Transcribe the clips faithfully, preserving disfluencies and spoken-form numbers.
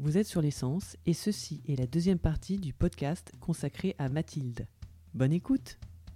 Vous êtes sur l'essence et ceci est la deuxième partie du podcast consacré à Mathilde. Bonne écoute!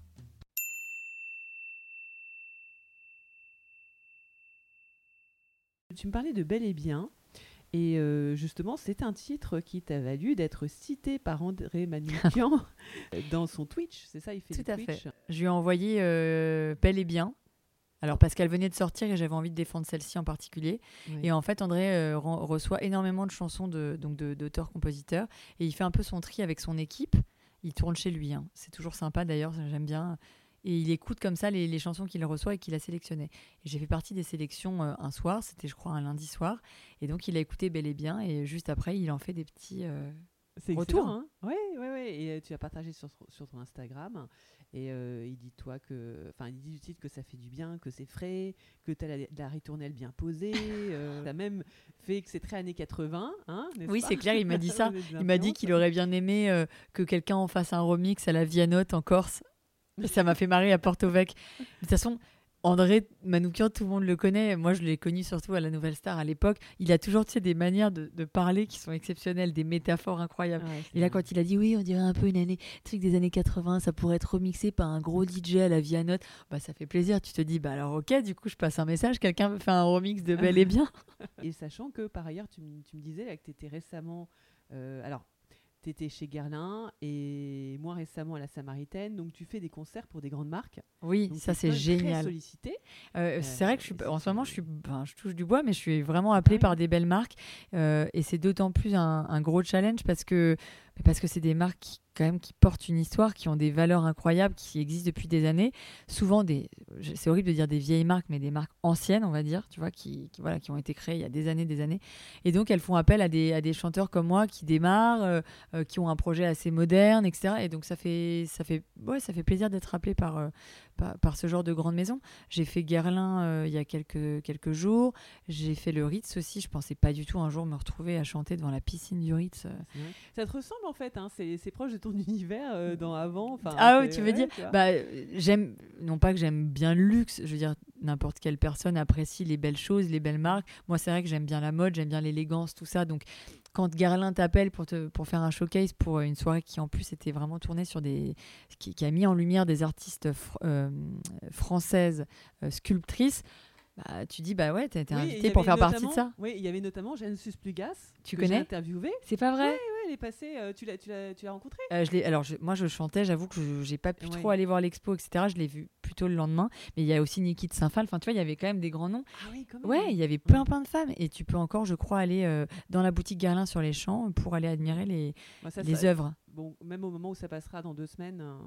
Tu me parlais de Bel et Bien et euh, justement c'est un titre qui t'a valu d'être cité par André Manoukian dans son Twitch, c'est ça, il fait Tout du à Twitch. fait. Je lui ai envoyé euh, Bel et Bien. Alors parce qu'elle venait de sortir et j'avais envie de défendre celle-ci en particulier. Oui. Et en fait, André euh, re- reçoit énormément de chansons de, donc de, d'auteurs-compositeurs et il fait un peu son tri avec son équipe. Il tourne chez lui. Hein. C'est toujours sympa d'ailleurs, j'aime bien. Et il écoute comme ça les, les chansons qu'il reçoit et qu'il a sélectionnées. Et j'ai fait partie des sélections euh, un soir, c'était je crois un lundi soir. Et donc il a écouté Bel et Bien et juste après, il en fait des petits euh, C'est retours. Hein, ouais, ouais, ouais. Et euh, tu as partagé sur, sur ton Instagram. Et euh, il dit toi que, enfin, il dit du titre que ça fait du bien, que c'est frais, que tu as la, la ritournelle bien posée. Euh, tu as même fait que c'est très années quatre-vingts, hein, n'est-ce Oui, pas? c'est clair, il m'a dit ça. Des Il m'a dit influences. qu'il aurait bien aimé euh, que quelqu'un en fasse un remix à la Vianotte en Corse. Et ça m'a fait marrer à Porto Vec. De toute façon, André Manoukian, tout le monde le connaît. Moi, je l'ai connu surtout à la Nouvelle Star à l'époque. Il a toujours tu sais, des manières de, de parler qui sont exceptionnelles, des métaphores incroyables. Ouais, Et là, vrai. quand il a dit oui, on dirait un peu une année, truc des années quatre-vingts, ça pourrait être remixé par un gros D J à la Vianotte, bah ça fait plaisir. Tu te dis, bah alors ok, du coup, je passe un message, quelqu'un veut faire un remix de Bel et Bien. Et sachant que par ailleurs, tu, m- tu me disais là, que tu étais récemment. Euh, alors, tu étais chez Guerlain et moi récemment à la Samaritaine. Donc, tu fais des concerts pour des grandes marques. Oui, Donc, ça t'es c'est quand même très génial. sollicité. Euh, Euh, c'est vrai que je suis, et en c'est- ce moment, je, suis, enfin, je touche du bois, mais je suis vraiment appelée Ouais. par des belles marques. Euh, et c'est d'autant plus un, un gros challenge parce que parce que c'est des marques qui, quand même, qui portent une histoire, qui ont des valeurs incroyables, qui existent depuis des années. Souvent, des, c'est horrible de dire des vieilles marques, mais des marques anciennes, on va dire, tu vois, qui, qui, voilà, qui ont été créées il y a des années, des années. Et donc, elles font appel à des, à des chanteurs comme moi qui démarrent, euh, euh, qui ont un projet assez moderne, et cetera. Et donc, ça fait, ça fait, ouais, ça fait plaisir d'être appelé par, euh, par, par ce genre de grande maison. J'ai fait Guerlain euh, il y a quelques, quelques jours. J'ai fait le Ritz aussi. Je pensais pas du tout un jour me retrouver à chanter devant la piscine du Ritz. C'est vrai. Ça te ressemble en fait, hein, c'est, c'est proche de ton univers euh, dans avant. Enfin, Ah oui, c'est- tu veux ouais, dire tu vois. bah, euh, j'aime, non pas que j'aime bien le luxe, je veux dire, n'importe quelle personne apprécie les belles choses, les belles marques. Moi, c'est vrai que j'aime bien la mode, j'aime bien l'élégance, tout ça. Donc, quand Guerlain t'appelle pour, te, pour faire un showcase pour une soirée qui, en plus, était vraiment tournée sur des. qui, qui a mis en lumière des artistes fr- euh, françaises euh, sculptrices, bah, tu dis, bah ouais, t'es, t'es Oui, il y invité pour avait faire partie de notamment- ça. Oui, il y avait notamment Genesis Plugas. Tu que j'ai connais interviewé. C'est pas vrai? Ouais, elle est passée. euh, tu, l'as, tu, l'as, tu l'as rencontrée? Euh, je l'ai, alors, je- moi, je chantais, j'avoue que je n'ai pas pu Ouais. trop aller voir l'expo, et cetera. Je l'ai vu plutôt le lendemain. Mais il y a aussi Niki de Saint-Phal. Enfin, tu vois, il y avait quand même des grands noms. Ah oui, quand même. Ouais, il y avait plein, plein de femmes. Et tu peux encore, je crois, aller euh, dans la boutique Guerlain sur les champs pour aller admirer les, Moi, ça, les ça- œuvres. Bon, même au moment où ça passera dans deux semaines. euh,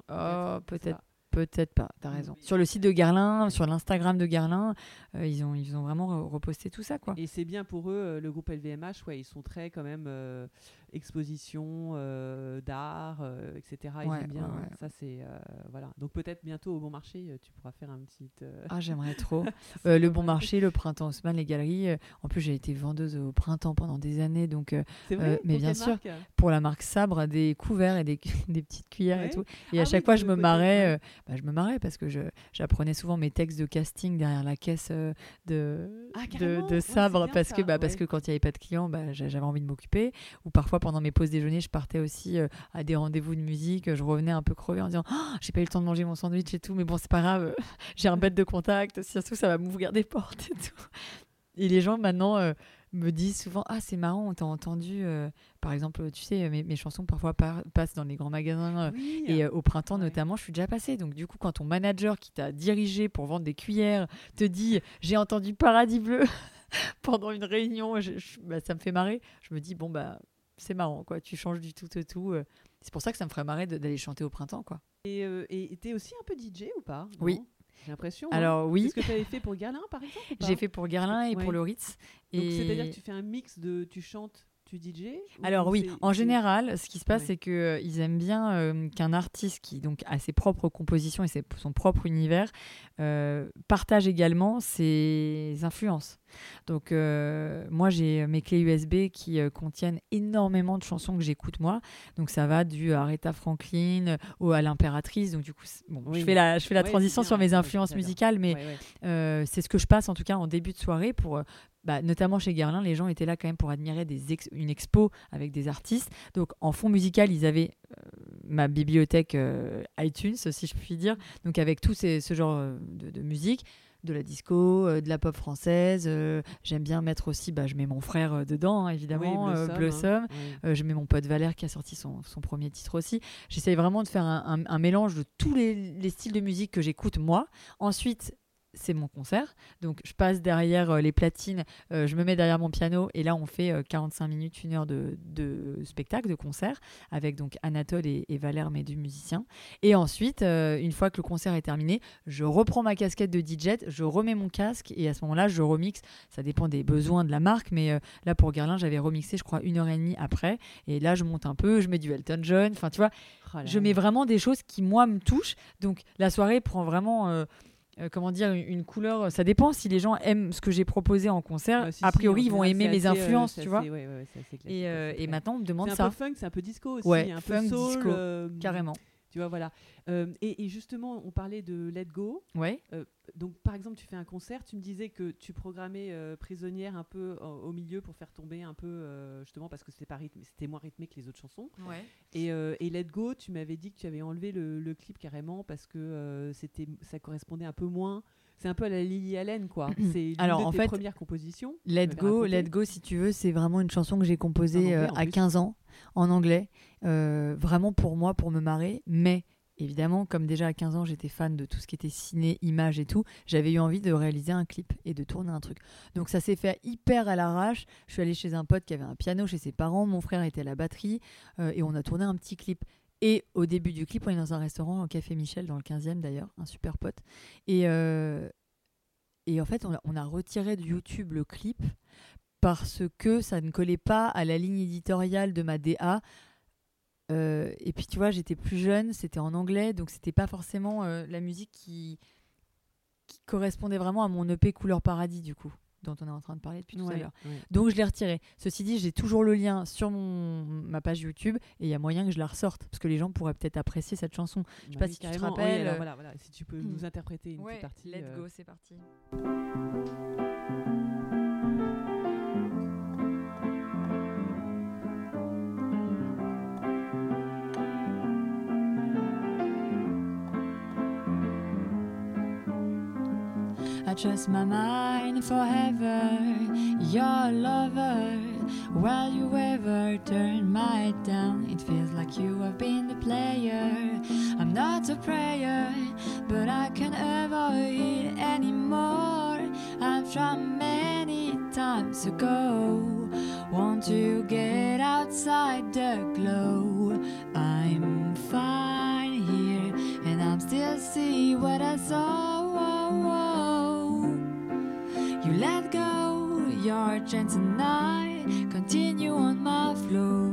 Oh, je sais peut-être. pas. Peut-être pas, t'as Mm. raison. Sur le site de Guerlain, sur l'Instagram de Guerlain, euh, ils, ont, ils ont vraiment re- reposté tout ça, quoi. Et c'est bien pour eux, euh, le groupe L V M H, ouais, ils sont très quand même euh, exposition euh, d'art, euh, et cetera. Ils Ouais, aiment bien. ouais, hein. ouais. Ça, c'est. euh, voilà. Donc peut-être bientôt au Bon Marché, euh, tu pourras faire un petit. euh, Ah, j'aimerais trop. c'est Euh, le pas Bon mal. Marché, le Printemps Haussmann, les galeries. euh, en plus, j'ai été vendeuse au printemps pendant des années, donc euh, C'est vrai Euh, mais pour bien quelle sûr. marque pour la marque Sabre, des couverts et des, des petites cuillères et Ouais. tout. Et Ah à oui, chaque dans fois, le je me côté, marrais. ouais. euh, bah, je me marrais parce que je, j'apprenais souvent mes textes de casting derrière la caisse euh, de, Ah, de, carrément. de Ouais, c'est Sabre bien parce ça, que, bah, parce ouais. que quand il n'y avait pas de clients, bah, j'a- j'avais envie de m'occuper. Ou parfois, pendant mes pauses déjeuner, je partais aussi euh, à des rendez-vous de musique. Je revenais un peu crevée en disant oh, j'ai pas eu le temps de manger mon sandwich et tout, mais bon, c'est pas grave. J'ai un bête de contact. Surtout, ça va m'ouvrir des portes et tout. Et les gens maintenant euh, me disent souvent ah c'est marrant on t'a entendu euh, par exemple tu sais mes, mes chansons parfois par- passent dans les grands magasins euh, Oui. et euh, au printemps Ouais. notamment je suis déjà passée donc du coup quand ton manager qui t'a dirigé pour vendre des cuillères te dit j'ai entendu Paradis Bleu pendant une réunion je- je- bah, ça me fait marrer je me dis bon bah c'est marrant quoi tu changes du tout au tout euh. C'est pour ça que ça me ferait marrer de- d'aller chanter au printemps quoi. Et euh, et t'es aussi un peu D J ou pas? Oui. Non. J'ai l'impression. hein. Alors C'est oui ce que tu avais fait pour Guerlain, par exemple ou pas? j'ai fait pour Guerlain et Ouais. pour le Ritz Donc et c'est-à-dire que tu fais un mix de tu chantes, tu D J ou Alors oui, c'est- en c'est- général, ce qui se passe, Ouais. c'est qu'ils aiment bien euh, qu'un artiste qui donc, a ses propres compositions et ses- son propre univers euh, partage également ses influences. Donc euh, moi, j'ai mes clés U S B qui euh, contiennent énormément de chansons que j'écoute moi. Donc ça va du Aretha Franklin au, à l'Impératrice. Donc du coup, c'est- bon, Oui. je fais la, je fais la Ouais, transition c'est bien, sur mes ouais, influences j'adore. musicales, mais Ouais, ouais. euh, c'est ce que je passe en tout cas en début de soirée pour... euh, bah, notamment chez Guerlain, les gens étaient là quand même pour admirer des ex- une expo avec des artistes. Donc en fond musical, ils avaient euh, ma bibliothèque euh, iTunes, si je puis dire, donc avec tout ces, ce genre euh, de, de musique, de la disco, euh, de la pop française. Euh, j'aime bien mettre aussi, bah, je mets mon frère euh, dedans, hein, évidemment, Oui, euh, Blossom, Blossom. hein. Oui. Euh, je mets mon pote Valère qui a sorti son, son premier titre aussi. J'essaye vraiment de faire un, un- un mélange de tous les, les styles de musique que j'écoute moi. Ensuite, c'est mon concert. Donc, je passe derrière euh, les platines, euh, je me mets derrière mon piano et là, on fait euh, quarante-cinq minutes, une heure de, de spectacle, de concert avec donc Anatole et, et Valère, mes deux musiciens. Et ensuite, euh, une fois que le concert est terminé, je reprends ma casquette de D J, je remets mon casque et à ce moment-là, je remixe. Ça dépend des besoins de la marque, mais euh, là, pour Guerlain, j'avais remixé, je crois, une heure et demie après. Et là, je monte un peu, je mets du Elton John. Enfin, tu vois, Oh là je là. mets vraiment des choses qui, moi, me touchent. Donc, la soirée prend vraiment... euh, euh, comment dire, une, une couleur. Ça dépend si les gens aiment ce que j'ai proposé en concert. Ouais, si, a si, priori, en ils vont général, aimer c'est mes assez, euh, influences, c'est tu assez- vois. ouais, ouais, ouais, c'est assez classique, Et, euh, ouais, c'est et très- maintenant, on me demande c'est un ça. peu funk, c'est un peu disco aussi, Ouais, un funk, peu soul, disco, euh, carrément. Tu vois, voilà. Euh, et, et justement, on parlait de Let Go. Ouais. Euh, donc, par exemple, tu fais un concert, tu me disais que tu programmais euh, Prisonnière un peu au, au milieu pour faire tomber un peu, euh, justement, parce que c'était pas rythmé, c'était moins rythmé que les autres chansons. Ouais. Et, euh, et Let Go, tu m'avais dit que tu avais enlevé le, le clip carrément parce que euh, c'était, ça correspondait un peu moins. C'est un peu à la Lily Allen, quoi. C'est l'une Alors, de en tes fait, premières compositions. tu Let m'avais Go, raconté. Let Go, si tu veux, c'est vraiment une chanson que j'ai En composée anglais, euh, en à plus. quinze ans, en anglais. Euh, vraiment pour moi, pour me marrer. Mais évidemment, comme déjà à quinze ans, j'étais fan de tout ce qui était ciné, images et tout, j'avais eu envie de réaliser un clip et de tourner un truc. Donc ça s'est fait hyper à l'arrache. Je suis allée chez un pote qui avait un piano chez ses parents, mon frère était à la batterie euh, et on a tourné un petit clip. Et au début du clip, on est dans un restaurant au Café Michel, dans le quinzième d'ailleurs, un super pote. Et, euh, et en fait, on a, on a retiré de YouTube le clip parce que ça ne collait pas à la ligne éditoriale de ma D A. Euh, et puis tu vois, j'étais plus jeune, c'était en anglais, donc c'était pas forcément euh, la musique qui, qui correspondait vraiment à mon E P Couleur Paradis, du coup, dont on est en train de parler depuis tout à Ouais, l'heure. ouais. Donc je l'ai retiré. Ceci dit, j'ai toujours le lien sur mon, ma page YouTube et il y a moyen que je la ressorte parce que les gens pourraient peut-être apprécier cette chanson. Je sais Bah pas oui, si tu te carrément. Oui, rappelles. alors voilà, voilà. Si tu peux Hmm. nous interpréter une Ouais, petite partie. let's euh, go, c'est parti. I trust my mind forever, your lover. While you ever turn my down, it feels like you have been the player. I'm not a prayer, but I can't avoid it anymore. I've tried many times ago. Want to get outside the glow. I'm fine here, and I'm still see what I saw. You let go your chance and I continue on my flow.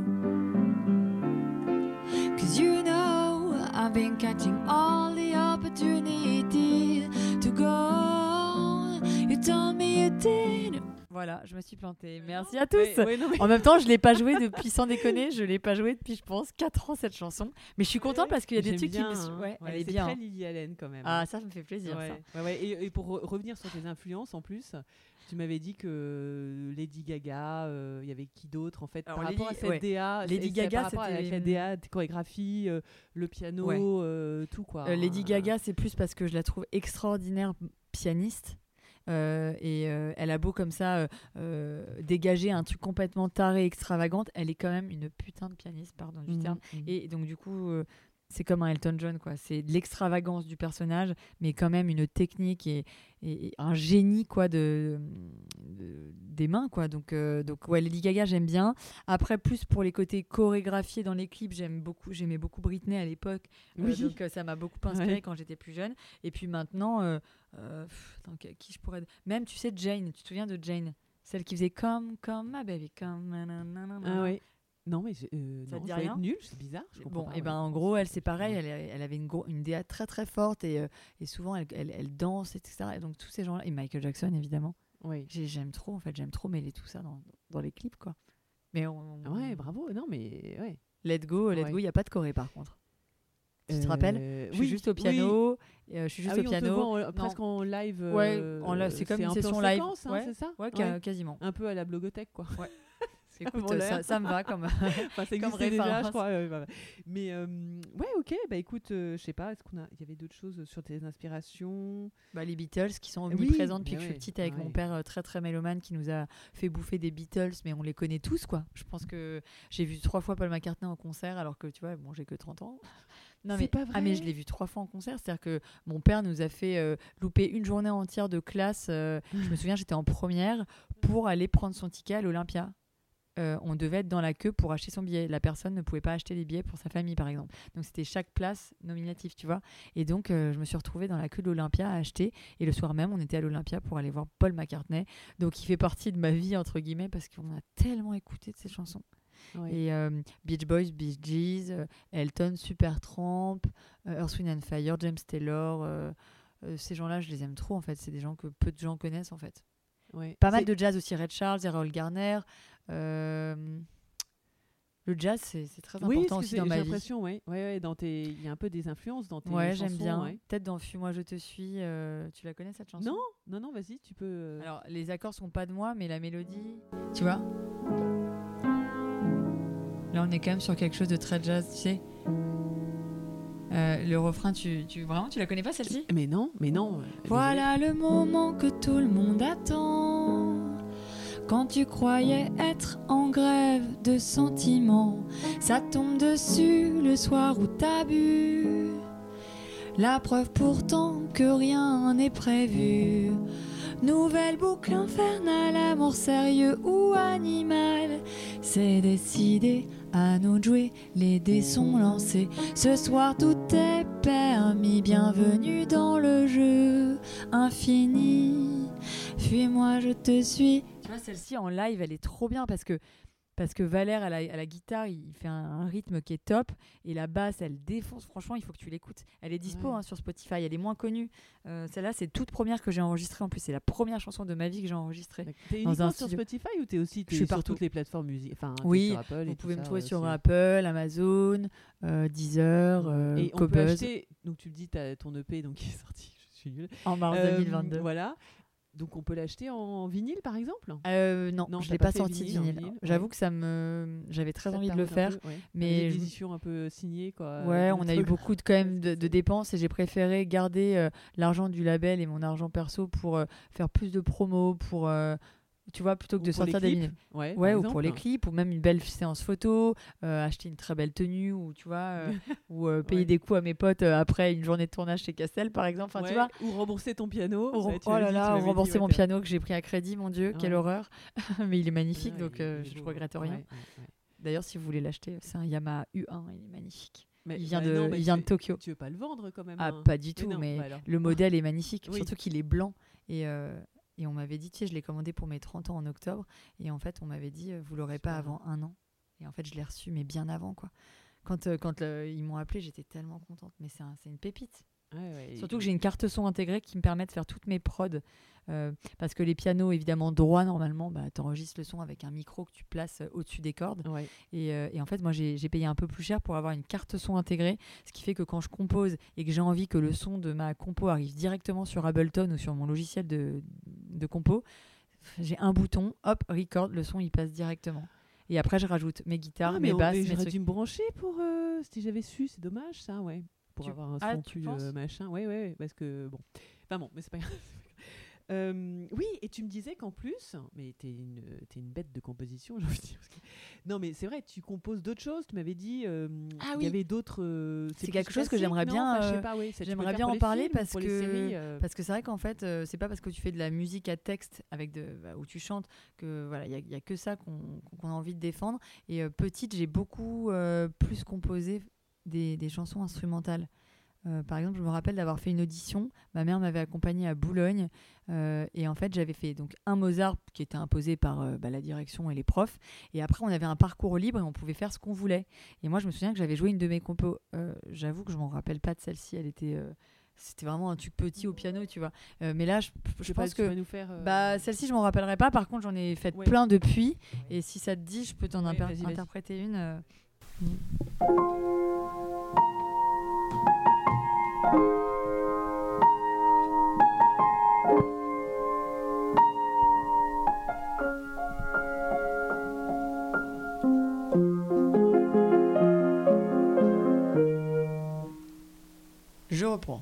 Cause you know I've been catching all the opportunities to go. You told me you did. Voilà, je me suis plantée. Merci à tous. ouais, ouais, non, mais- En même temps, je l'ai pas joué depuis, sans déconner, je l'ai pas joué depuis, je pense, quatre ans cette chanson. Mais je suis contente parce qu'il y a des J'aime trucs bien, qui me. hein. Ouais, Ouais, elle est c'est bien. très hein. Lily Allen quand même. Ah, ça, ça me fait plaisir. ouais. Ça. Ouais, ouais. Et, et pour re- revenir sur tes influences en plus, tu m'avais dit que Lady Gaga, euh, il y avait qui d'autre en fait Alors, par Lady- rapport à cette ouais. D A. Lady c'est- c'est Gaga, par rapport à c'était- la D A, tes chorégraphies, euh, le piano, Ouais. euh, tout quoi. Euh, Lady hein. Gaga, c'est plus parce que je la trouve extraordinaire pianiste. Euh, et euh, elle a beau comme ça euh, euh, dégager un truc complètement taré, extravagante, elle est quand même une putain de pianiste, pardon du Mhm, terme. mhm. Et donc du coup, euh, c'est comme un Elton John, quoi. C'est de l'extravagance du personnage, mais quand même une technique et, et- et un génie, quoi, de, de- des mains, quoi. Donc, euh, donc ouais, Lady Gaga, j'aime bien. Après, plus pour les côtés chorégraphiés dans les clips, j'aime beaucoup, j'aimais beaucoup Britney à l'époque. Euh, Oui. donc euh, ça m'a beaucoup inspiré Ouais. quand j'étais plus jeune. Et puis maintenant, euh, euh, pff, attends, qui qui je pourrais. Même, tu sais, Jane, tu te souviens de Jane? Celle qui faisait Come, Come, my baby, come. nanana. Ah ouais. Non mais je- euh, Ça non, te dit je dois être rien nulle, c'est bizarre. Je comprends Bon, pas, et ben ouais. en gros, elle c'est pareil, elle, elle avait une, gros, une D A très très forte et, euh, et souvent elle, elle, elle danse, et cetera. Et donc tous ces gens-là, et Michael Jackson évidemment, Oui. J'ai- j'aime trop en fait, j'aime trop mêler tout ça dans, dans les clips quoi. Mais on, Ouais, bravo. Non mais ouais. Let go, Let Ouais. go, il n'y a pas de choré par contre. Tu Euh, te rappelles Je suis oui, juste au oui. piano. et, euh, je suis juste Ah oui, au on te piano. voit en- presque en live. Ouais, euh, en live, c'est comme une un peu session en live. séquence, hein, Ouais. c'est ça Ouais, ca- quasiment. Un peu à la blogothèque, quoi. Ouais. Ça Écoute, vaut l'air. ça, ça me va comme. Enfin, ça comme existait déjà, je référence. crois. euh, bah, bah. Mais euh, ouais, ok. Bah écoute, euh, je sais pas. Est-ce qu'on a, il y avait d'autres choses sur tes inspirations? Bah, les Beatles qui sont Oui, omniprésents depuis mais que je ouais, suis petite avec ouais. mon père euh, très très mélomane qui nous a fait bouffer des Beatles, mais on les connaît tous quoi. Je pense que j'ai vu trois fois Paul McCartney en concert alors que tu vois, bon, j'ai que trente ans. Non C'est mais pas ah mais vrai je l'ai vu trois fois en concert, c'est-à-dire que mon père nous a fait euh, louper une journée entière de classe. euh, je me souviens, j'étais en première pour aller prendre son ticket à l'Olympia. Euh, on devait être dans la queue pour acheter son billet. La personne ne pouvait pas acheter les billets pour sa famille, par exemple. Donc, c'était chaque place nominative, tu vois. Et donc, euh, je me suis retrouvée dans la queue de l'Olympia à acheter. Et le soir même, on était à l'Olympia pour aller voir Paul McCartney. Donc, il fait partie de ma vie, entre guillemets, parce qu'on a tellement écouté de ces chansons. Ouais. Et euh, Beach Boys, Bee Gees, euh, Elton, Supertramp, euh, Earth, Wind and Fire, James Taylor. euh, euh, ces gens-là, je les aime trop, en fait. C'est des gens que peu de gens connaissent, en fait. Ouais. Pas mal C'est- de jazz aussi, Red Charles, Errol Garner. Euh, le jazz, c'est, c'est très Oui, important parce que aussi c'est- dans j'ai ma vie. l'impression, ouais, ouais, ouais, dans tes, il y a un peu des influences dans tes Ouais, chansons. j'aime bien. Ouais. Peut-être dans Fuis-moi, je te suis. euh, tu la connais cette chanson? Non, non, non, vas-y, tu peux. euh, Alors, les accords sont pas de moi, mais la mélodie, tu vois. Là, on est quand même sur quelque chose de très jazz, tu sais. Euh, le refrain, tu, tu vraiment, tu la connais pas celle-ci? Mais non, mais non. euh, Voilà le moment que tout le monde attend. Quand tu croyais être en grève de sentiments, ça tombe dessus le soir où t'as bu. La preuve pourtant que rien n'est prévu. Nouvelle boucle infernale, amour sérieux ou animal. C'est décidé, à nous de jouer, les dés sont lancés. Ce soir tout est permis, bienvenue dans le jeu infini. Fuis-moi, je te suis. Tu vois, celle-ci en live, elle est trop bien parce que parce que Valère à la, à la guitare, il fait un, un rythme qui est top et la basse, elle défonce. Franchement, il faut que tu l'écoutes. Elle est dispo Ouais. hein, sur Spotify, elle est moins connue. Euh, celle-là, c'est toute première que j'ai enregistrée en plus. C'est la première chanson de ma vie que j'ai enregistrée. D'accord. T'es dans uniquement un sur studio. Spotify ou t'es aussi t'es Je suis sur partout. toutes les plateformes musique, enfin t'es Oui, sur Apple et Vous tout pouvez me ça, trouver euh, sur aussi. Apple, Amazon, euh, Deezer, euh, Et on peut Qobuz, acheter. Donc tu me dis t'as ton E P donc qui est sorti. Je suis nulle. en mars Euh, deux mille vingt-deux. Voilà. Donc on peut l'acheter en vinyle par exemple. Euh, non, Non, je t'as l'ai pas pas fait sorti de vinyle en vinyle. vinyle, J'avoue ouais. que ça me, j'avais très Ça te envie de le taraude un faire. peu, ouais. mais Avec je- des éditions un peu signées quoi. Ouais, avec on des a eu trucs. beaucoup de, quand même Parce que de, de c'est- dépenses et j'ai préféré garder euh, l'argent du label et mon argent perso pour euh, faire plus de promos, pour, euh, tu vois, plutôt que Ou de pour les sortir des clips, vinyles. Ouais, Ouais, par ou pour les exemple. clips, ou même une belle séance photo, euh, acheter une très belle tenue, ou tu vois, euh, ou euh, payer Ouais. des coups à mes potes euh, après une journée de tournage chez Castel, par exemple. Enfin, Ouais, tu vois. ou rembourser ton piano. Ou rem- Ouais, tu oh m'avais là dit, tu là, m'avais dit, rembourser ouais, mon t'as- piano que j'ai pris à crédit, mon Dieu, quelle Ouais. horreur. Mais il est magnifique, Ouais, donc il est- euh, il est je beau, regrette ouais. rien. Ouais, ouais, ouais. D'ailleurs, si vous voulez l'acheter, c'est un Yamaha U un, il est magnifique. Mais- il vient, bah de, non, mais il vient tu- de Tokyo. Tu veux pas le vendre quand même Ah, hein. pas du Mais tout, non, mais bah alors. le modèle est magnifique, Oui. surtout qu'il est blanc. Et, euh, et on m'avait dit, tu sais, je l'ai commandé pour mes trente ans en octobre. Et en fait, on m'avait dit, euh, vous l'aurez pas Super. avant un an. Et en fait, je l'ai reçu, mais bien avant, quoi. Quand, euh, quand euh, ils m'ont appelé, j'étais tellement contente. Mais c'est, un- c'est une pépite. Ouais, ouais, Surtout et- que j'ai une carte son intégrée qui me permet de faire toutes mes prods. Euh, parce que les pianos, évidemment, droits, normalement, bah, tu enregistres le son avec un micro que tu places euh, au-dessus des cordes. Ouais. Et, euh, et en fait, moi, j'ai, j'ai payé un peu plus cher pour avoir une carte son intégrée. Ce qui fait que quand je compose et que j'ai envie que le son de ma compo arrive directement sur Ableton ou sur mon logiciel de, de compo, j'ai un bouton, hop, record, le son, il passe directement. Et après, je rajoute mes guitares, Ah, mes mais on- basses, mais mes j'aurais trucs. dû me brancher pour. euh, si j'avais su, c'est dommage ça, ouais. Pour Tu- avoir un Ah, son tu plus penses euh, machin. Ouais, ouais, ouais, parce que bon. Enfin bon, mais c'est pas grave. Euh, oui, et tu me disais qu'en plus, mais t'es une, t'es une bête de composition, j'ai envie de dire. parce que- Non, mais c'est vrai, tu composes d'autres choses. Tu m'avais dit, euh, Ah il oui. y avait d'autres. euh, C'est plus quelque chose que classique, j'aimerais non bien, Enfin, je sais euh, pas, ouais, ça, tu j'aimerais peux le bien faire en pour les parler films, parce pour les que- séries, euh, Parce que c'est vrai qu'en fait, euh, c'est pas parce que tu fais de la musique à texte avec de, bah, où tu chantes que voilà, il y, a- y a que ça qu'on, qu'on a envie de défendre. Et euh, petite, j'ai beaucoup euh, plus composé des, des chansons instrumentales. Euh, par exemple, je me rappelle d'avoir fait une audition. Ma mère m'avait accompagnée à Boulogne euh, et en fait, j'avais fait donc un Mozart qui était imposé par euh, bah, la direction et les profs. Et après, on avait un parcours libre et on pouvait faire ce qu'on voulait. Et moi, je me souviens que j'avais joué une de mes compos. Euh, j'avoue que je m'en rappelle pas de celle-ci. Elle était, euh, c'était vraiment un truc petit au piano, tu vois. Euh, mais là, je, je sais pas, pense tu vas que nous faire. euh, bah, celle-ci, je m'en rappellerai pas. Par contre, j'en ai fait Ouais. plein depuis. Et si ça te dit, je peux t'en Ouais, imper- vas-y, vas-y. interpréter une. euh. Je reprends.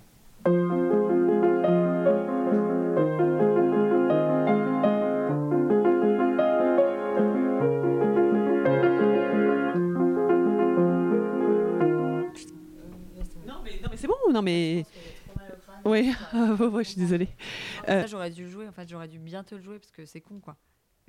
Non mais, non mais c'est bon, non mais... Oui, ah, ouais, ouais, je suis désolée. Ça, Euh, j'aurais dû le jouer, en fait, j'aurais dû bien te le jouer parce que c'est con, quoi.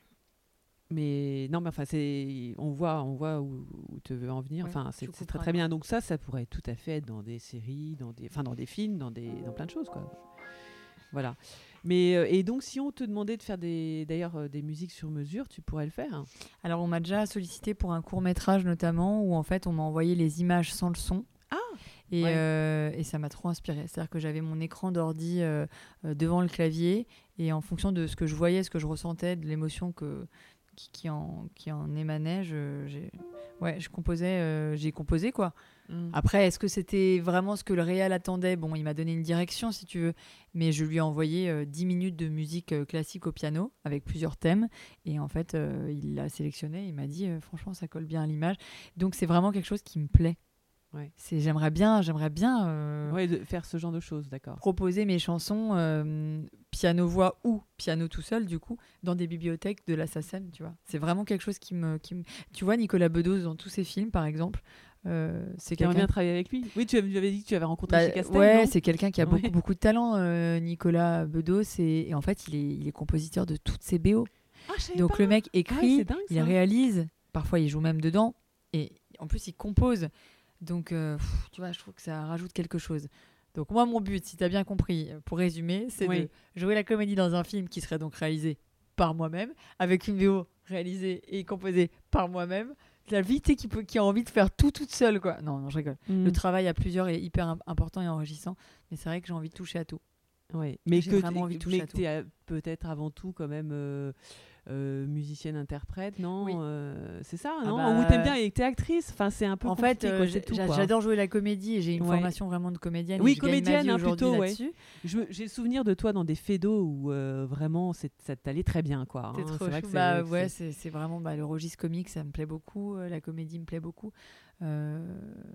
Mais non, mais enfin, c'est, on voit, on voit où, où tu veux en venir. Ouais, Enfin, je c'est, c'est comprends très très bien. bien. Donc ça, ça pourrait tout à fait être dans des séries, dans des, enfin, dans des films, dans des, dans plein de choses, quoi. Voilà. Mais euh, et donc, si on te demandait de faire des, d'ailleurs, euh, des musiques sur mesure, tu pourrais le faire, hein. Alors, on m'a déjà sollicité pour un court-métrage, notamment, où en fait, on m'a envoyé les images sans le son. Ah. Et, Ouais. euh, et ça m'a trop inspiré. C'est-à-dire que j'avais mon écran d'ordi euh, euh, devant le clavier et en fonction de ce que je voyais, ce que je ressentais, de l'émotion que, qui, qui, en, qui en émanait, je, j'ai, ouais, je composais, euh, j'ai composé quoi. Mm. Après, est-ce que c'était vraiment ce que le réal attendait? Bon, il m'a donné une direction si tu veux, mais je lui ai envoyé euh, dix minutes de musique euh, classique au piano avec plusieurs thèmes et en fait, euh, il l'a sélectionné, il m'a dit euh, franchement, ça colle bien à l'image. Donc c'est vraiment quelque chose qui me plaît. Ouais. C'est, j'aimerais bien, j'aimerais bien euh, Ouais, de faire ce genre de choses, d'accord. proposer mes chansons euh, piano-voix ou piano tout seul, du coup, dans des bibliothèques de la SACEM, tu vois. C'est vraiment quelque chose qui me, qui me... Tu vois, Nicolas Bedos, dans tous ses films, par exemple, euh, c'est Tu aimerais quelqu'un... bien travailler avec lui. Oui, tu avais, tu avais dit que tu avais rencontré Bah, chez Castel, ouais, non? c'est quelqu'un qui a beaucoup, Ouais. beaucoup de talent, euh, Nicolas Bedos, et, et en fait, il est, il est compositeur de toutes ses B O. Ah, je savais Donc pas. le mec Ah ouais, écrit, c'est dingue, il ça. réalise, parfois il joue même dedans, et en plus il compose. Donc euh, pff, tu vois, je trouve que ça rajoute quelque chose. Donc moi, mon but, si tu as bien compris, pour résumer, c'est Oui. de jouer la comédie dans un film qui serait donc réalisé par moi-même, avec une V O réalisée et composée par moi-même. La vie, tu sais, qui, peut- qui a envie de faire tout toute seule, quoi. Non, non, je rigole. Mm. Le travail à plusieurs est hyper im- important et enrichissant, mais c'est vrai que j'ai envie de toucher à tout. Ouais. Mais J'ai que, vraiment envie de toucher mais à que tout. tu es peut-être avant tout quand même euh, euh, musicienne-interprète, non? Oui. Euh, c'est ça, Ah non? bah, Ou t'aimes bien et que t'es actrice? Enfin, c'est un peu En fait, compliqué, euh, quoi, j'ai- c'est tout, j'a- quoi. j'adore jouer la comédie et j'ai une Ouais. formation vraiment de comédienne. Oui, et je gagne ma comédienne, vie hein, aujourd'hui plutôt, ouais. là-dessus. Je me- j'ai souvenir de toi dans des fédos où euh, vraiment c'est- ça t'allait très bien, quoi. C'est hein. trop C'est vrai chou. que Bah c'est, ouais, c'est- c'est c'est vraiment bah, le registre comique, ça me plaît beaucoup. euh, la comédie me plaît beaucoup. Euh,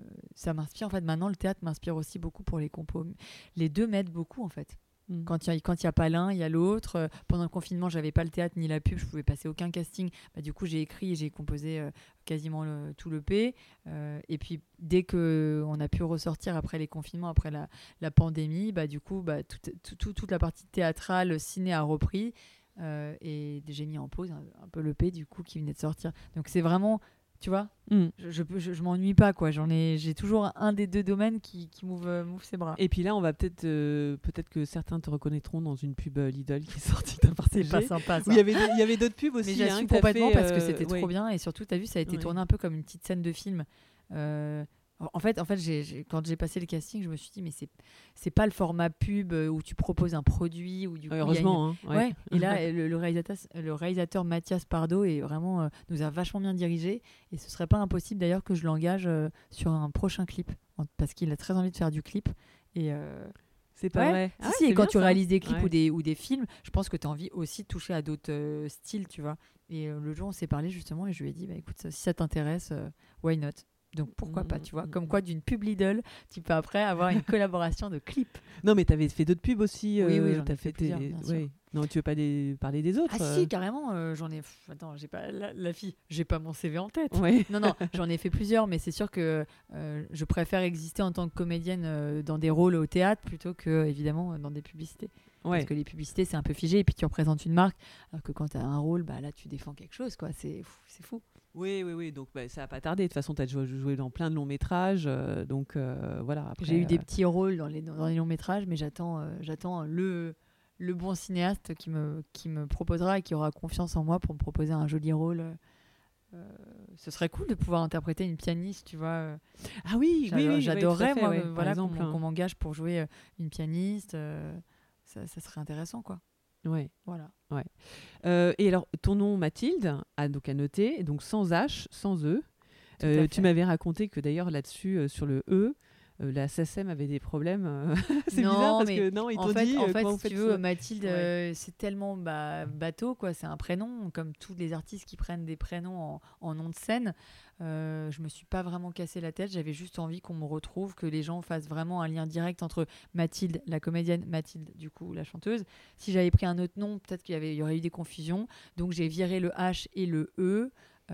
ça m'inspire en fait. Maintenant, le théâtre m'inspire aussi beaucoup pour les compos. Les deux m'aident beaucoup en fait. Mm. Quand il n'y a, quand il y a pas l'un, il y a l'autre. Euh, pendant le confinement, j'avais pas le théâtre ni la pub, je pouvais passer aucun casting. Bah, du coup, j'ai écrit et j'ai composé euh, quasiment le- tout le P. Euh, et puis, dès que on a pu ressortir après les confinements, après la, la pandémie, bah, du coup, bah, tout- tout- tout- toute la partie théâtrale, ciné a repris. Euh, et j'ai mis en pause un, un peu le P, du coup, qui venait de sortir. Donc, c'est vraiment, tu vois, Mm. je, je, peux- je, je m'ennuie pas, quoi. J'en ai, j'ai toujours un des deux domaines qui, qui m'ouvre euh, m'ouvre ses bras. Et puis là, on va peut-être, euh, peut-être que certains te reconnaîtront dans une pub euh, Lidl qui est sortie d'un C'est pas partagé. sympa, ça. Oui, il y avait, des- il y avait d'autres pubs aussi. Mais hein, j'assume que t'as complètement fait, parce que euh, c'était ouais. trop bien et surtout, tu as vu, ça a été Ouais. tourné un peu comme une petite scène de film. Euh, en fait, en fait j'ai, j'ai- quand j'ai passé le casting, je me suis dit, mais c'est, c'est pas le format pub euh, où tu proposes un produit. Où, du coup, Ouais, il y a une- heureusement. hein, Ouais. ouais. Et là, le, le réalisateur, le réalisateur Mathias Pardo est vraiment, euh, nous a vachement bien dirigé. Et ce serait pas impossible d'ailleurs que je l'engage euh, sur un prochain clip en- parce qu'il a très envie de faire du clip. Et euh, C'est pas ouais. vrai. Si, Ah ouais, si, et c'est quand bien, tu ça. réalises des clips Ouais. ou, des, ou des films, je pense que tu as envie aussi de toucher à d'autres euh, styles, tu vois. Et euh, le jour, on s'est parlé justement et je lui ai dit, bah, écoute, ça- si ça t'intéresse, euh, why not? Donc pourquoi pas, Mm, tu vois. mm, Comme mm. quoi, d'une pub Lidl, tu peux après avoir une collaboration de clip. Non, mais t'avais fait d'autres pubs aussi. Oui, oui, euh, j'en ai t'as fait fait tes- plusieurs, bien sûr. ouais. Non, tu veux pas les- parler des autres? Ah euh si, carrément, euh, j'en ai... pff, attends, j'ai pas... La, la fille, j'ai pas mon C V en tête. Ouais. Non, non, j'en ai fait plusieurs, mais c'est sûr que euh, je préfère exister en tant que comédienne euh, dans des rôles au théâtre plutôt que, évidemment, dans des publicités. Ouais. Parce que les publicités, c'est un peu figé, et puis tu représentes une marque, alors que quand tu as un rôle, bah, là, tu défends quelque chose, quoi. C'est fou. C'est fou. Oui, oui, oui. Donc, bah, ça a pas tardé. De toute façon, tu as joué, joué dans plein de longs métrages. euh, donc, euh, voilà. Après, J'ai eu des euh, petits rôles dans les, dans les longs métrages, mais j'attends euh, j'attends le, le bon cinéaste qui me, qui me proposera et qui aura confiance en moi pour me proposer un joli rôle. Euh, ce serait cool de pouvoir interpréter une pianiste, tu vois. euh, Ah oui, oui, J'ado- oui, oui, J'adorerais, tout à fait, moi, ouais, euh, par voilà, qu'on exemple, m'en- hein. qu'on m'engage pour jouer euh, une pianiste. euh, ça, ça serait intéressant, quoi. Ouais. Voilà. Euh, et alors, ton nom Mathilde, a donc à noter, donc sans H, sans E. Tout à Euh, fait. tu m'avais raconté que d'ailleurs là-dessus, euh, sur le E, euh, la S A C E M avait des problèmes. euh, c'est Non, bizarre parce mais que non, ils en t'ont fait, dit en euh, fait, comment vous si tu faites veux, ça. Mathilde, Ouais. euh, c'est tellement bah, bateau, quoi. C'est un prénom, comme tous les artistes qui prennent des prénoms en, en nom de scène. Euh, je me suis pas vraiment cassé la tête. J'avais juste envie qu'on me retrouve, que les gens fassent vraiment un lien direct entre Mathilde, la comédienne, Mathilde, du coup, la chanteuse. Si j'avais pris un autre nom, peut-être qu'il y avait, il y aurait eu des confusions. Donc j'ai viré le H et le E.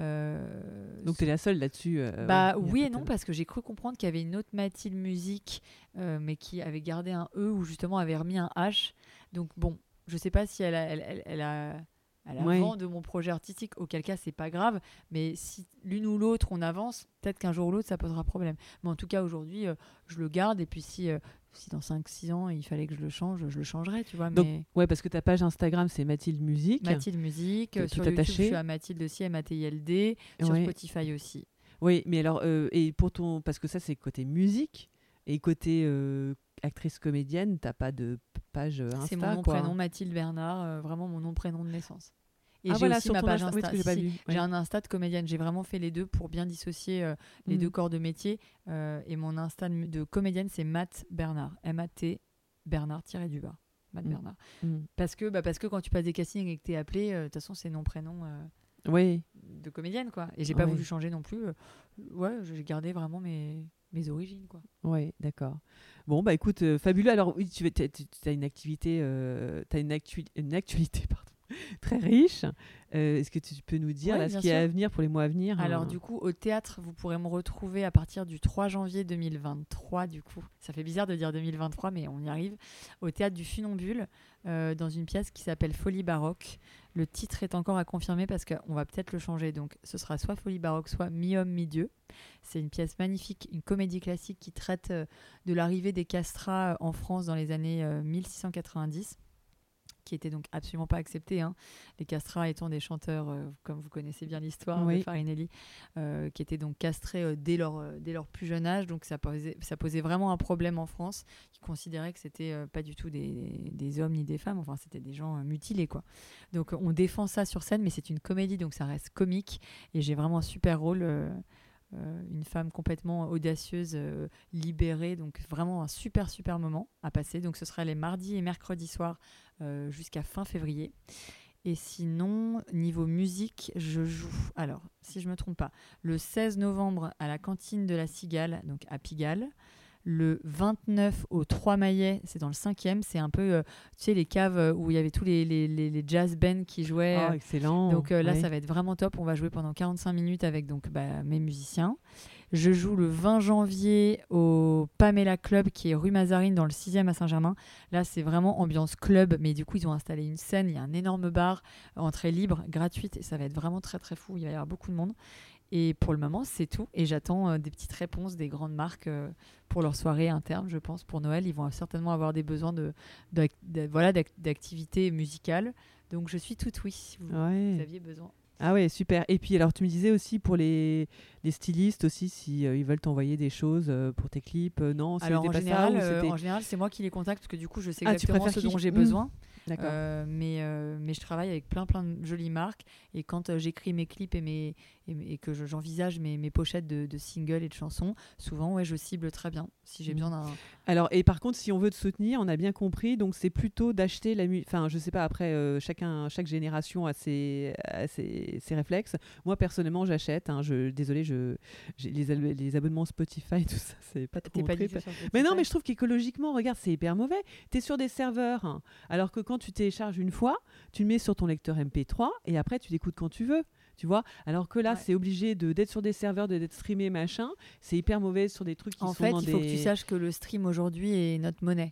Euh, Donc t'es la seule là-dessus. euh, ouais, Bah il y a oui pas et non, de- parce que j'ai cru comprendre qu'il y avait une autre Mathilde Musique, euh, mais qui avait gardé un E ou justement avait remis un H. Donc bon, je sais pas si elle a, elle, elle- elle a, elle a Ouais. vent de mon projet artistique, auquel cas c'est pas grave. Mais si l'une ou l'autre on avance, peut-être qu'un jour ou l'autre ça posera problème. Mais en tout cas aujourd'hui, euh, je le garde et puis si, euh, si dans cinq six ans il fallait que je le change, je le changerai, tu vois. Donc Mais ouais, parce que ta page Instagram c'est Mathilde Musique, Mathilde Musique, t- euh, tout sur YouTube je suis attaché. à Mathilde aussi, M A T I L D, sur Ouais. Spotify aussi. Oui, mais alors euh, et pour ton parce que ça c'est côté musique et côté euh, actrice comédienne, t'as pas de p- page euh, C'est mon Insta nom, quoi. prénom, Mathilde Bernard, euh, vraiment mon nom, prénom de naissance. Et Ah j'ai voilà, aussi sur ma ton page Insta, oui, parce Insta. que j'ai Si, pas si, vu. j'ai Ouais. un Insta de comédienne. J'ai vraiment fait les deux pour bien dissocier euh, les Mm. deux corps de métier. Euh, et mon Insta de, de comédienne, c'est Matt Bernard. M A T Bernard tiré du bas. Matt Mm. Bernard. Mm. Parce que, bah, parce que quand tu passes des castings et que t'es appelé, euh, de toute façon, c'est nom, prénom euh, Oui. de comédienne, quoi. Et j'ai pas Ouais. voulu changer non plus. euh, ouais, j'ai gardé vraiment mes, mes origines, quoi. Ouais, d'accord. Bon bah écoute, euh, fabuleux. Alors oui, tu as une activité, euh, t'as une, actu- une actualité pardon, très riche. Euh, Est-ce que tu peux nous dire Ouais, là ce bien qui est sûr. à venir pour les mois à venir Alors hein du coup, au théâtre, vous pourrez me retrouver à partir du trois janvier deux mille vingt-trois, du coup. Ça fait bizarre de dire deux mille vingt-trois, mais on y arrive. Au théâtre du Funambule, euh, dans une pièce qui s'appelle Folie baroque. Le titre est encore à confirmer parce qu'on va peut-être le changer. Donc ce sera soit Folie baroque, soit Mi-homme, mi-dieu. C'est une pièce magnifique, une comédie classique qui traite euh, de l'arrivée des castrats euh, en France dans les années euh, mille six cent quatre-vingt-dix, qui était donc absolument pas accepté, hein. Les castrats étant des chanteurs, euh, comme vous connaissez bien l'histoire de Oui. Farinelli, euh, qui étaient donc castrés euh, dès, leur, euh, dès leur plus jeune âge. Donc ça posait, ça posait vraiment un problème en France, qui considéraient que c'était euh, pas du tout des, des hommes ni des femmes, enfin c'était des gens euh, mutilés, quoi. Donc on défend ça sur scène, mais c'est une comédie, donc ça reste comique. Et j'ai vraiment un super rôle. euh, euh, une femme complètement audacieuse, euh, libérée, donc vraiment un super super moment à passer. Donc ce sera les mardis et mercredis soirs euh, jusqu'à fin février. Et sinon, niveau musique, je joue, alors si je me trompe pas, le seize novembre à la cantine de la Cigale, donc à Pigalle. Le vingt-neuf au trois maillet, c'est dans le cinquième, c'est un peu, euh, tu sais, les caves euh, où il y avait tous les, les, les, les jazz bands qui jouaient. Oh, euh, excellent. donc euh, là, Ouais. ça va être vraiment top. On va jouer pendant quarante-cinq minutes avec donc, bah, mes musiciens. Je joue le vingt janvier au Pamela Club qui est rue Mazarine dans le sixième à Saint-Germain. Là, c'est vraiment ambiance club, mais du coup, ils ont installé une scène. Il y a un énorme bar, entrée libre, gratuite, et ça va être vraiment très très fou. Il va y avoir beaucoup de monde. Et pour le moment, c'est tout. Et j'attends euh, des petites réponses des grandes marques euh, pour leur soirée interne, je pense. Pour Noël, ils vont certainement avoir des besoins de, de, de- voilà, d'ac- d'activités musicales. Donc, je suis toute oui si vous, Ouais. vous aviez besoin. Ah ouais, super. Et puis alors tu me disais aussi pour les, les stylistes aussi si euh, ils veulent t'envoyer des choses euh, pour tes clips, euh, non, Alors c'était en pas général, ça ou euh, c'était en général, c'est moi qui les contacte parce que du coup, je sais Ah, tu exactement préfères ce qui dont j'ai Mmh. besoin. D'accord. Euh, mais, euh, mais je travaille avec plein plein de jolies marques et quand euh, j'écris mes clips et, mes, et, mes- et que je- j'envisage mes, mes pochettes de, de singles et de chansons, souvent ouais, je cible très bien si j'ai Mm. besoin d'un... Alors et par contre si on veut te soutenir, on a bien compris, donc c'est plutôt d'acheter la musique, enfin je sais pas après euh, chacun chaque génération a ses, a ses, ses réflexes. Moi personnellement j'achète, hein, je désolé je j'ai les, al- les abonnements Spotify tout ça c'est pas trop T'es mon pas du trip. tout sur Mais non, Spotify. mais je trouve qu'écologiquement, regarde, c'est hyper mauvais. Tu es sur des serveurs, hein, alors que quand tu télécharges une fois, tu le mets sur ton lecteur M P trois et après tu l'écoutes quand tu veux. Tu vois, alors que là, Ouais. c'est obligé de, d'être sur des serveurs, de, d'être streamé, machin. C'est hyper mauvais sur des trucs qui En sont fait, dans il des... faut que tu saches que le stream aujourd'hui est notre monnaie.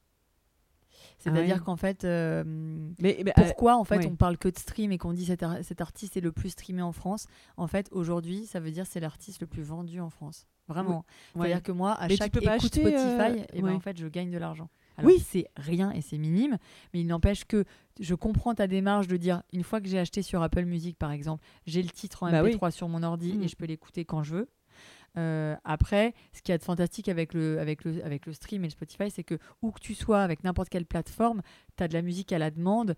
C'est-à-dire Ah ouais. qu'en fait, euh, Mais, mais, pourquoi en fait ouais. on parle que de stream et qu'on dit cet, ar- cet artiste est le plus streamé en France? En fait, aujourd'hui, ça veut dire c'est l'artiste le plus vendu en France. Vraiment. ouais. C'est-à-dire que moi, à Mais tu chaque peux pas écoute acheter, Spotify, euh, eh ben, ouais. en fait, je gagne de l'argent. Alors, Oui. c'est rien et c'est minime, mais il n'empêche que je comprends ta démarche de dire, une fois que j'ai acheté sur Apple Music, par exemple, j'ai le titre en Bah M P oui. trois sur mon ordi Mm. et je peux l'écouter quand je veux. Euh, après, ce qu'il y a de fantastique avec le, avec, le, avec le stream et le Spotify, c'est que où que tu sois, avec n'importe quelle plateforme, tu as de la musique à la demande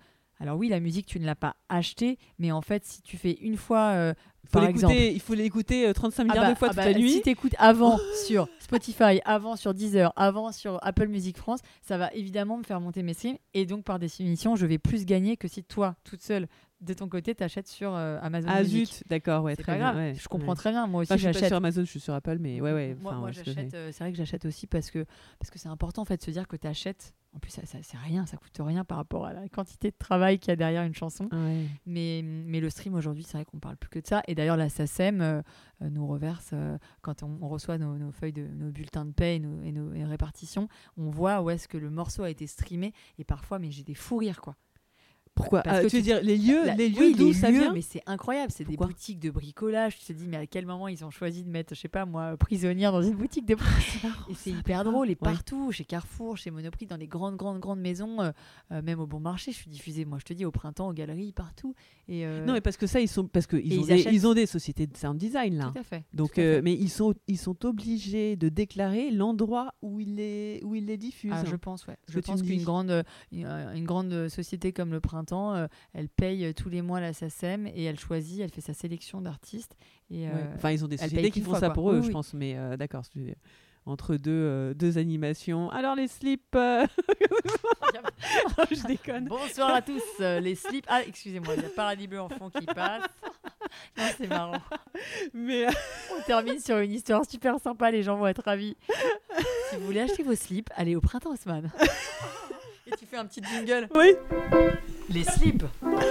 Alors oui, la musique, tu ne l'as pas achetée, mais en fait, si tu fais une fois, euh, Il faut par exemple... l'écouter, il faut l'écouter euh, trente-cinq milliards Ah bah, de fois ah toute bah, la nuit. Si tu écoutes avant sur Spotify, avant sur Deezer, avant sur Apple Music France, ça va évidemment me faire monter mes streams. Et donc, par définition, je vais plus gagner que si toi, toute seule, de ton côté, t'achètes sur euh, Amazon Ah Music. zut, d'accord, ouais, C'est très pas bien. grave, ouais, je comprends ouais. très bien. Moi aussi, Enfin, je suis pas j'achète. sur Amazon, je suis sur Apple, mais ouais, ouais. Moi, enfin, moi ouais, ce que j'achète. c'est. euh, c'est vrai que j'achète aussi parce que parce que c'est important en fait de se dire que tu achètes. En plus, ça, ça c'est rien, ça coûte rien par rapport à la quantité de travail qu'il y a derrière une chanson. Ouais. Mais, mais le stream aujourd'hui, c'est vrai qu'on parle plus que de ça. Et d'ailleurs, la S A C E M euh, euh, nous reverse, euh, quand on, on reçoit nos, nos feuilles, de, nos bulletins de paie et nos, et nos et répartitions, on voit où est-ce que le morceau a été streamé. Et parfois, mais j'ai des fous rires, quoi. Pourquoi Parce Ah, que tu veux tu- dire les lieux, La- les lieux oui, d'où les ça lieux, vient mais c'est incroyable. C'est des Pourquoi boutiques de bricolage. Tu te dis, mais à quel moment ils ont choisi de mettre, je sais pas moi, prisonnière dans une boutique de Et c'est hyper drôle. Et partout, chez Carrefour, chez Monoprix, dans les grandes, grandes, grandes maisons, euh, euh, même au Bon Marché, je suis diffusée, moi je te dis, au printemps, aux galeries, partout. Et, euh, Non, mais parce que ça, ils sont, parce que ils Et ont, ils des, achètent. ils ont des sociétés de sound design là. Tout à fait. Donc, tout à euh, fait. mais ils sont, ils sont obligés de déclarer l'endroit où ils les, où ils les diffusent. Ah, je pense, ouais. Ce Je que tu pense me qu'une dis. grande, euh, une, euh, une grande société comme le Printemps, euh, elle paye euh, tous les mois la S A C E M et elle choisit, elle fait sa sélection d'artistes. Et, Ouais. euh, Enfin, ils ont des elle sociétés paye qui qu'une font fois, ça quoi. pour eux, Oui, je oui. pense. Mais euh, d'accord, c'est- entre deux, euh, deux animations. Alors les slips, euh, non, je déconne. Bonsoir à tous, euh, les slips. Ah, excusez-moi, il y a Paradis Bleu en fond qui passe. Non, c'est marrant. Mais euh, On termine sur une histoire super sympa, les gens vont être ravis. Si vous voulez acheter vos slips, allez au Printemps Haussmann. Et tu fais un petit jingle. oui, Les slips.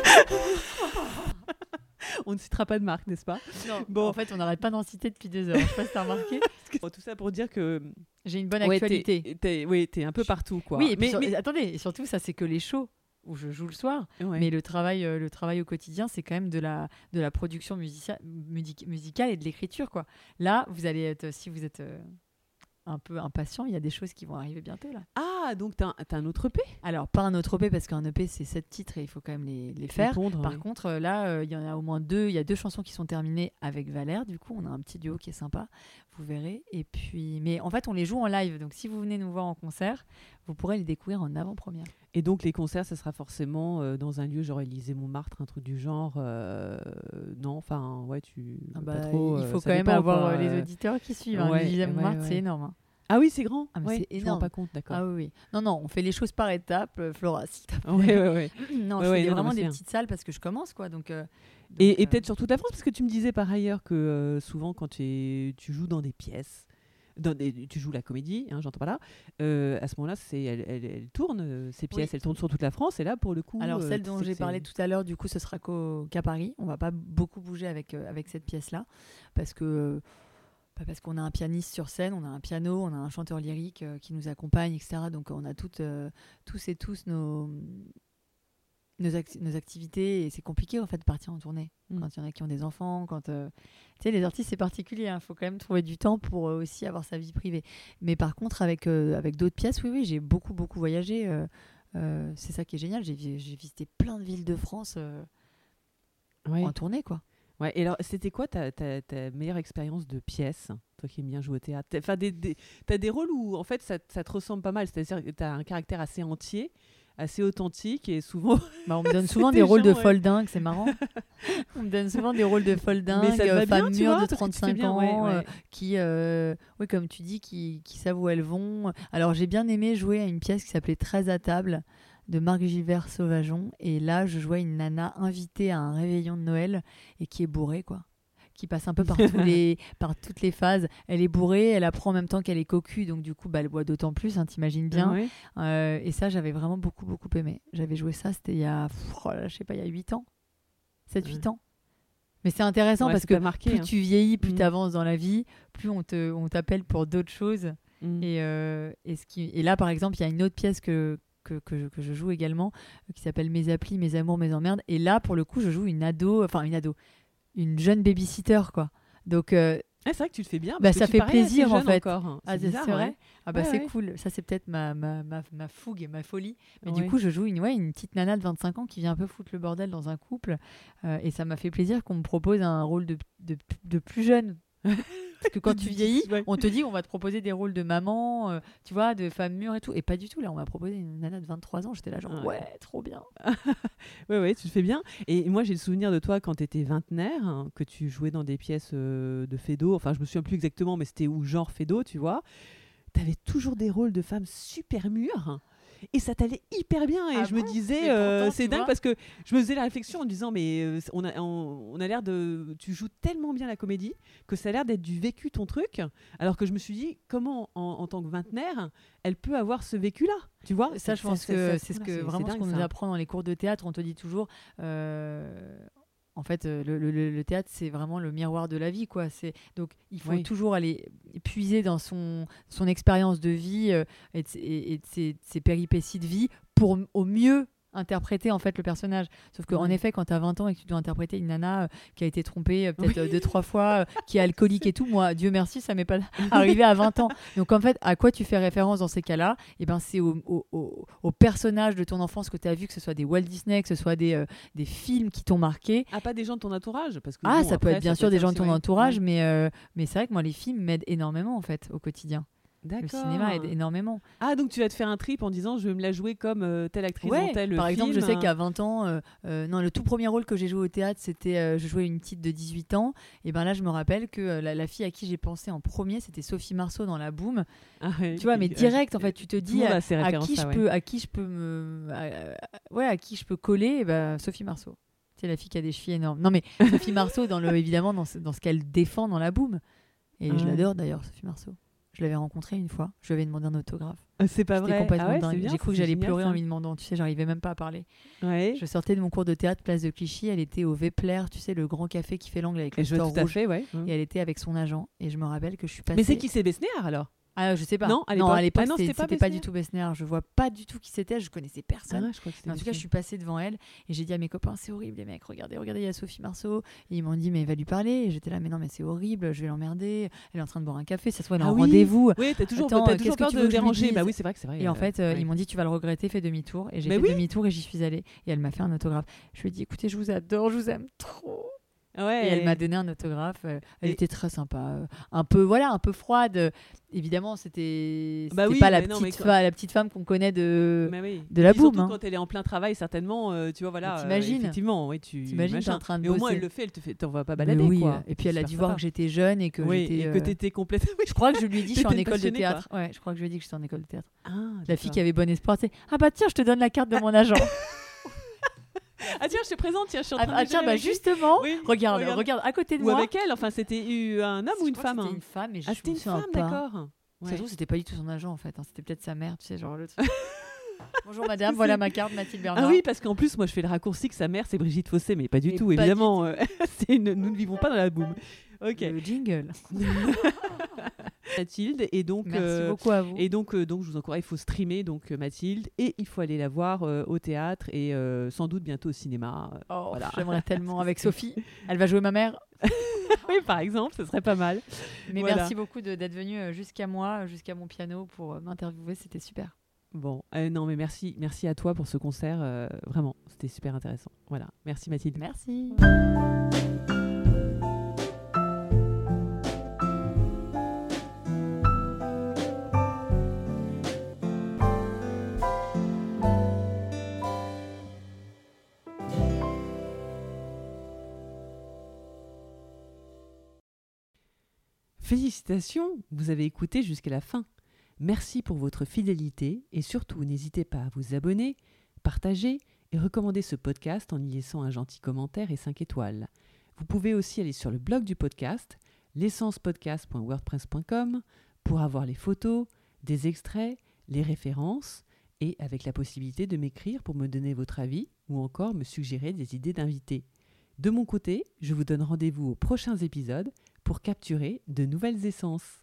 on ne citera pas de marque, n'est-ce pas Non, Bon. en fait, on n'arrête pas d'en citer depuis deux heures. Je sais pas si t'as remarqué. Bon, tout ça pour dire que J'ai une bonne ouais, actualité. t'es, t'es- oui, t'es un peu partout, quoi. Oui, et puis mais, sur- mais- attendez, et surtout, ça, c'est que les shows où je joue le soir. ouais. Mais le travail, euh, le travail au quotidien, c'est quand même de la, de la production musicia- music- musicale et de l'écriture, quoi. Là, vous allez être, si vous êtes euh, un peu impatient, il y a des choses qui vont arriver bientôt, là. Ah, donc t'as, un- t'as un autre E P Alors, pas un autre E P, parce qu'un E P, c'est sept titres et il faut quand même les, les faire. Répondre, Par ouais. contre, euh, là, euh, il y en a au moins deux. Il y a deux chansons qui sont terminées avec Valère. Du coup, on a un petit duo qui est sympa. Vous verrez. Et puis, mais en fait, on les joue en live. Donc, si vous venez nous voir en concert, vous pourrez les découvrir en avant-première. Et donc les concerts, ça sera forcément euh, dans un lieu genre Élysée-Montmartre, un truc du genre. euh, non, enfin, ouais, tu. Ah pas bah, trop, il euh, faut ça quand même dépend, avoir quoi, euh, les euh. auditeurs qui suivent. Hein. ouais, L'Élysée ouais, Montmartre, ouais. c'est énorme. Hein. Ah oui, c'est grand. Ah, mais ouais, c'est je me rends énorme. pas compte, d'accord. Ah oui, oui. Non, non, on fait les choses par étapes, euh, Flora, s'il te plaît. Ouais, ouais, ouais. Non, Ouais, je ouais, fais des- non, vraiment mais des c'est petites salles parce que je commence, quoi. Donc, euh, donc, Et, et euh, peut-être sur toute la France, parce que tu me disais par ailleurs que euh, souvent quand tu, es- tu joues dans des pièces, dans des- tu joues la comédie, hein, j'entends pas là, euh, à ce moment-là, c'est, elle, elle, elle tourne, euh, ces pièces, Oui. elles tournent sur toute la France, et là, pour le coup... Alors, euh, celle tu dont sais j'ai que parlé c'est- tout à l'heure, du coup, ce sera qu'au- qu'à Paris. On va pas beaucoup bouger avec, euh, avec cette pièce-là parce que. euh, bah, parce qu'on a un pianiste sur scène, on a un piano, on a un chanteur lyrique euh, qui nous accompagne, et cetera. Donc on a toutes, euh, tous et tous nos, nos, ac- nos activités et c'est compliqué en fait de partir en tournée. Mm. Quand il y en a qui ont des enfants, quand euh, tu sais les artistes c'est particulier, il faut quand même trouver du temps pour euh, aussi avoir sa vie privée. Mais par contre avec euh, avec d'autres pièces, oui oui j'ai beaucoup beaucoup voyagé. euh, euh, c'est ça qui est génial. J'ai, vi- j'ai visité plein de villes de France euh, Ouais. en tournée quoi. Ouais, et alors, c'était quoi ta, ta, ta meilleure expérience de pièce, toi qui aimes bien jouer au théâtre? T'as- Enfin, des, des, t'as des rôles où, en fait, ça, ça te ressemble pas mal, c'est-à-dire que t'as un caractère assez entier, assez authentique, et souvent... Bah, on me donne souvent C'est des des rôles de gens, ouais. folle dingue, c'est marrant. On me donne souvent des rôles de folle dingue, Mais ça te va bien, femmes tu mûres vois, de parce que tu fais trente-cinq bien, ans, ouais, ouais. euh, qui, euh, oui, comme tu dis, qui, qui savent où elles vont. Alors, j'ai bien aimé jouer à une pièce qui s'appelait treize à table de Marc Gilbert Sauvageon. Et là, je jouais une nana invitée à un réveillon de Noël et qui est bourrée, quoi. Qui passe un peu par, tous les, par toutes les phases. Elle est bourrée, elle apprend en même temps qu'elle est cocu, donc du coup, bah, elle boit d'autant plus, hein, t'imagines bien. Ouais. Euh, et ça, j'avais vraiment beaucoup, beaucoup aimé. J'avais joué ça, c'était il y a, pff, oh là, je sais pas, il y a huit ans. sept huit Ouais. ans. Mais c'est intéressant Ouais, parce ça que t'a marqué, plus hein. tu vieillis, plus Mm. tu avances dans la vie, plus on, te, on t'appelle pour d'autres choses. Mm. Et, euh, et, ce qui, et là, par exemple, il y a une autre pièce que, que, que, je, que je joue également euh, qui s'appelle Mes applis, mes amours, mes emmerdes. Et là, pour le coup, je joue une ado, enfin une ado, une jeune babysitter, quoi. Donc, euh, Ah, c'est vrai que tu le fais bien, bah, parce que ça tu fait parais assez plaisir, en jeune fait. encore, hein. ah, C'est c'est bizarre, vrai ouais. Ah bah Ouais, c'est ouais. cool. Ça, c'est peut-être ma, ma, ma, ma fougue et ma folie. Mais Ouais. du coup, je joue une, ouais, une petite nana de vingt-cinq ans qui vient un peu foutre le bordel dans un couple. Euh, et ça m'a fait plaisir qu'on me propose un rôle de, de, de plus jeune. Parce que quand tu vieillis, Ouais. on te dit on va te proposer des rôles de maman, euh, tu vois, de femme mûre et tout. Et pas du tout. Là, on m'a proposé une nana de vingt-trois ans. J'étais là, genre, Ouais. ouais, trop bien. Ouais, ouais, tu le fais bien. Et moi, j'ai le souvenir de toi quand tu étais vingtenaire, hein, que tu jouais dans des pièces euh, de Fédo. Enfin, je me souviens plus exactement, mais c'était où genre Fédo, tu vois. Tu avais toujours des rôles de femmes super mûres. Et ça t'allait hyper bien. Et Ah je bon me disais, Mais euh, pourtant, c'est tu dingue vois. parce que je me faisais la réflexion en me disant, mais euh, on a, on, on a l'air de. Tu joues tellement bien la comédie que ça a l'air d'être du vécu ton truc. Alors que je me suis dit, comment en, en tant que vingtenaire, elle peut avoir ce vécu-là, tu vois. Ça, je pense ça- que ça- c'est ce voilà, que c'est- vraiment c'est ce qu'on dingue, nous ça. apprend dans les cours de théâtre. On te dit toujours, euh, en fait, euh, le, le- le théâtre, c'est vraiment le miroir de la vie, quoi. C'est donc il faut Oui. toujours aller puiser dans son son expérience de vie euh, et de, ses- et, et de ses, de ses péripéties de vie pour m- au mieux interpréter en fait le personnage. Sauf qu'en Ouais. effet, quand tu as vingt ans et que tu dois interpréter une nana euh, qui a été trompée euh, peut-être Oui. euh, deux trois fois, euh, qui est alcoolique et tout, moi, Dieu merci, ça m'est pas arrivé à vingt ans. Donc en fait, à quoi tu fais référence dans ces cas-là? Eh ben, c'est au, au, au- au personnage de ton enfance que tu as vu, que ce soit des Walt Disney, que ce soit des, euh, des films qui t'ont marqué. Ah, pas des gens de ton entourage parce que Ah, bon, ça peut après, être bien ça sûr peut des être gens de aussi, ton ouais. entourage, Ouais. mais, euh, mais c'est vrai que moi, les films m'aident énormément en fait au quotidien. Le D'accord. cinéma aide énormément. Ah, donc tu vas te faire un trip en disant je vais me la jouer comme euh, telle actrice dans Ouais, tel par film. exemple, je sais hein. qu'à vingt ans, euh, euh, non, le tout premier rôle que j'ai joué au théâtre, c'était euh, je jouais une petite de dix-huit ans. Et ben là, je me rappelle que euh, la, la fille à qui j'ai pensé en premier, c'était Sophie Marceau dans La Boum. Ah, ouais. Tu vois, mais Et, euh, direct, en fait, tu te tout le dis monde à, a ses à références, qui ça, je ouais. peux, à qui je peux me, à- à- ouais, à qui je peux coller, et ben, Sophie Marceau. C'est la fille qui a des chevilles énormes. Non, mais Sophie Marceau, dans le, évidemment, dans ce, dans ce qu'elle défend dans La Boum. Et Ah je ouais. l'adore d'ailleurs, Sophie Marceau. Je l'avais rencontrée une fois. Je lui avais demandé un autographe. Ah, c'est pas J'étais vrai. complètement Ah ouais, c'est dingue. bien, J'ai cru que c'est j'allais génial, pleurer ça. en lui demandant. Tu sais, j'arrivais même pas à parler. Ouais. Je sortais de mon cours de théâtre, place de Clichy. Elle était au Vepler, tu sais, le grand café qui fait l'angle avec Et le je vois store tout à rouge. fait, ouais. Et elle était avec son agent. Et je me rappelle que je suis passée. Mais c'est qui c'est Besnéard alors? Ah, je sais pas. Non, à non, à l'époque. l'époque, Ah non, c'était c'était pas c'était pas Besnéard. du tout Besnéard. Je vois pas du tout qui c'était. Je connaissais personne. Ah, je crois que c'était Mais en tout cas, je Besnéard. suis passée devant elle et j'ai dit à mes copains, c'est horrible les mecs, regardez, regardez, il y a Sophie Marceau. Et ils m'ont dit, mais va lui parler. Et j'étais là, mais non, mais c'est horrible, je vais l'emmerder. Elle est en train de boire un café, ça se voit, elle est Ah en oui. rendez-vous. Oui, t'as toujours, Attends, t'as euh, toujours qu'est-ce que peur tu de veux que je lui déranger. dise Bah oui, c'est vrai que c'est vrai. Et en euh, fait, euh, ouais. ils m'ont dit, tu vas le regretter, fais demi-tour. Et j'ai Mais fait oui. demi-tour et j'y suis allée. Et elle m'a fait un autographe. Je lui ai dit, écoutez, je vous adore, je vous aime trop. Ouais. Et elle m'a donné un autographe. euh, Elle Et- était très sympa. euh, Un peu, voilà, un peu froide. euh, Évidemment, c'était Bah c'était oui, pas la mais non, mais petite, quand- fa- la petite femme qu'on connaît de. Mais oui. de la Et puis surtout boum, hein. quand elle est en plein travail, certainement, euh, tu vois, voilà. Mais euh, t'imagines Effectivement, oui, tu. T'imagines, t'es machin. en train de Mais au moins, bosser. elle le fait, elle te fait, t'envoie pas Mais balader, oui, quoi. euh, Et puis elle a Super dû voir sympa. que j'étais jeune et que Oui, j'étais. et que euh, t'étais complètement. Oui, Je crois que je lui ai dit, je suis en T'étais école de passionnée, théâtre. Ouais, je crois que je lui ai dit que j'étais en école de théâtre. Ah, La fille d'accord. qui avait bon espoir, c'est ah bah tiens, je te donne la carte de mon agent. Ah tiens, je te présente, tiens, je suis en ah, train ah, de tiens, déjeuner bah avec lui. justement, Oui, regarde, regarde. regarde, à côté de Ou moi. avec elle, enfin, c'était eu un homme ou Je une crois que femme C'était hein. une femme, mais je Ah, c'était me une souviens femme, pas. d'accord. Ça se Ouais. trouve, c'était pas du tout son agent en fait. hein, C'était peut-être sa mère, tu sais, genre le truc. Bonjour madame, voilà ma carte, Mathilde Bernard. Ah oui, parce qu'en plus, moi, je fais le raccourci que sa mère, c'est Brigitte Fossé, mais pas du Mais tout, pas du évidemment. euh, c'est une- Nous ne vivons pas dans la boum. Ok. Le jingle. Mathilde, et donc. Merci euh, beaucoup à vous. Et donc, euh, donc, je vous encourage, il faut streamer donc euh, Mathilde, et il faut aller la voir euh, au théâtre et euh, sans doute bientôt au cinéma. euh, Oh, voilà. J'aimerais tellement avec Sophie. Elle va jouer ma mère. oui, par exemple, ce serait pas mal. Mais Voilà. merci beaucoup de- d'être venu euh, jusqu'à moi, jusqu'à mon piano pour euh, m'interviewer. C'était super. Bon, euh, non, mais merci, merci à toi pour ce concert. euh, vraiment, c'était super intéressant. Voilà, merci Mathilde. Merci. Félicitations, vous avez écouté jusqu'à la fin. Merci pour votre fidélité et surtout n'hésitez pas à vous abonner, partager et recommander ce podcast en y laissant un gentil commentaire et cinq étoiles. Vous pouvez aussi aller sur le blog du podcast, l'essence podcast point wordpress point com, pour avoir les photos, des extraits, les références et avec la possibilité de m'écrire pour me donner votre avis ou encore me suggérer des idées d'invités. De mon côté, je vous donne rendez-vous aux prochains épisodes pour capturer de nouvelles essences.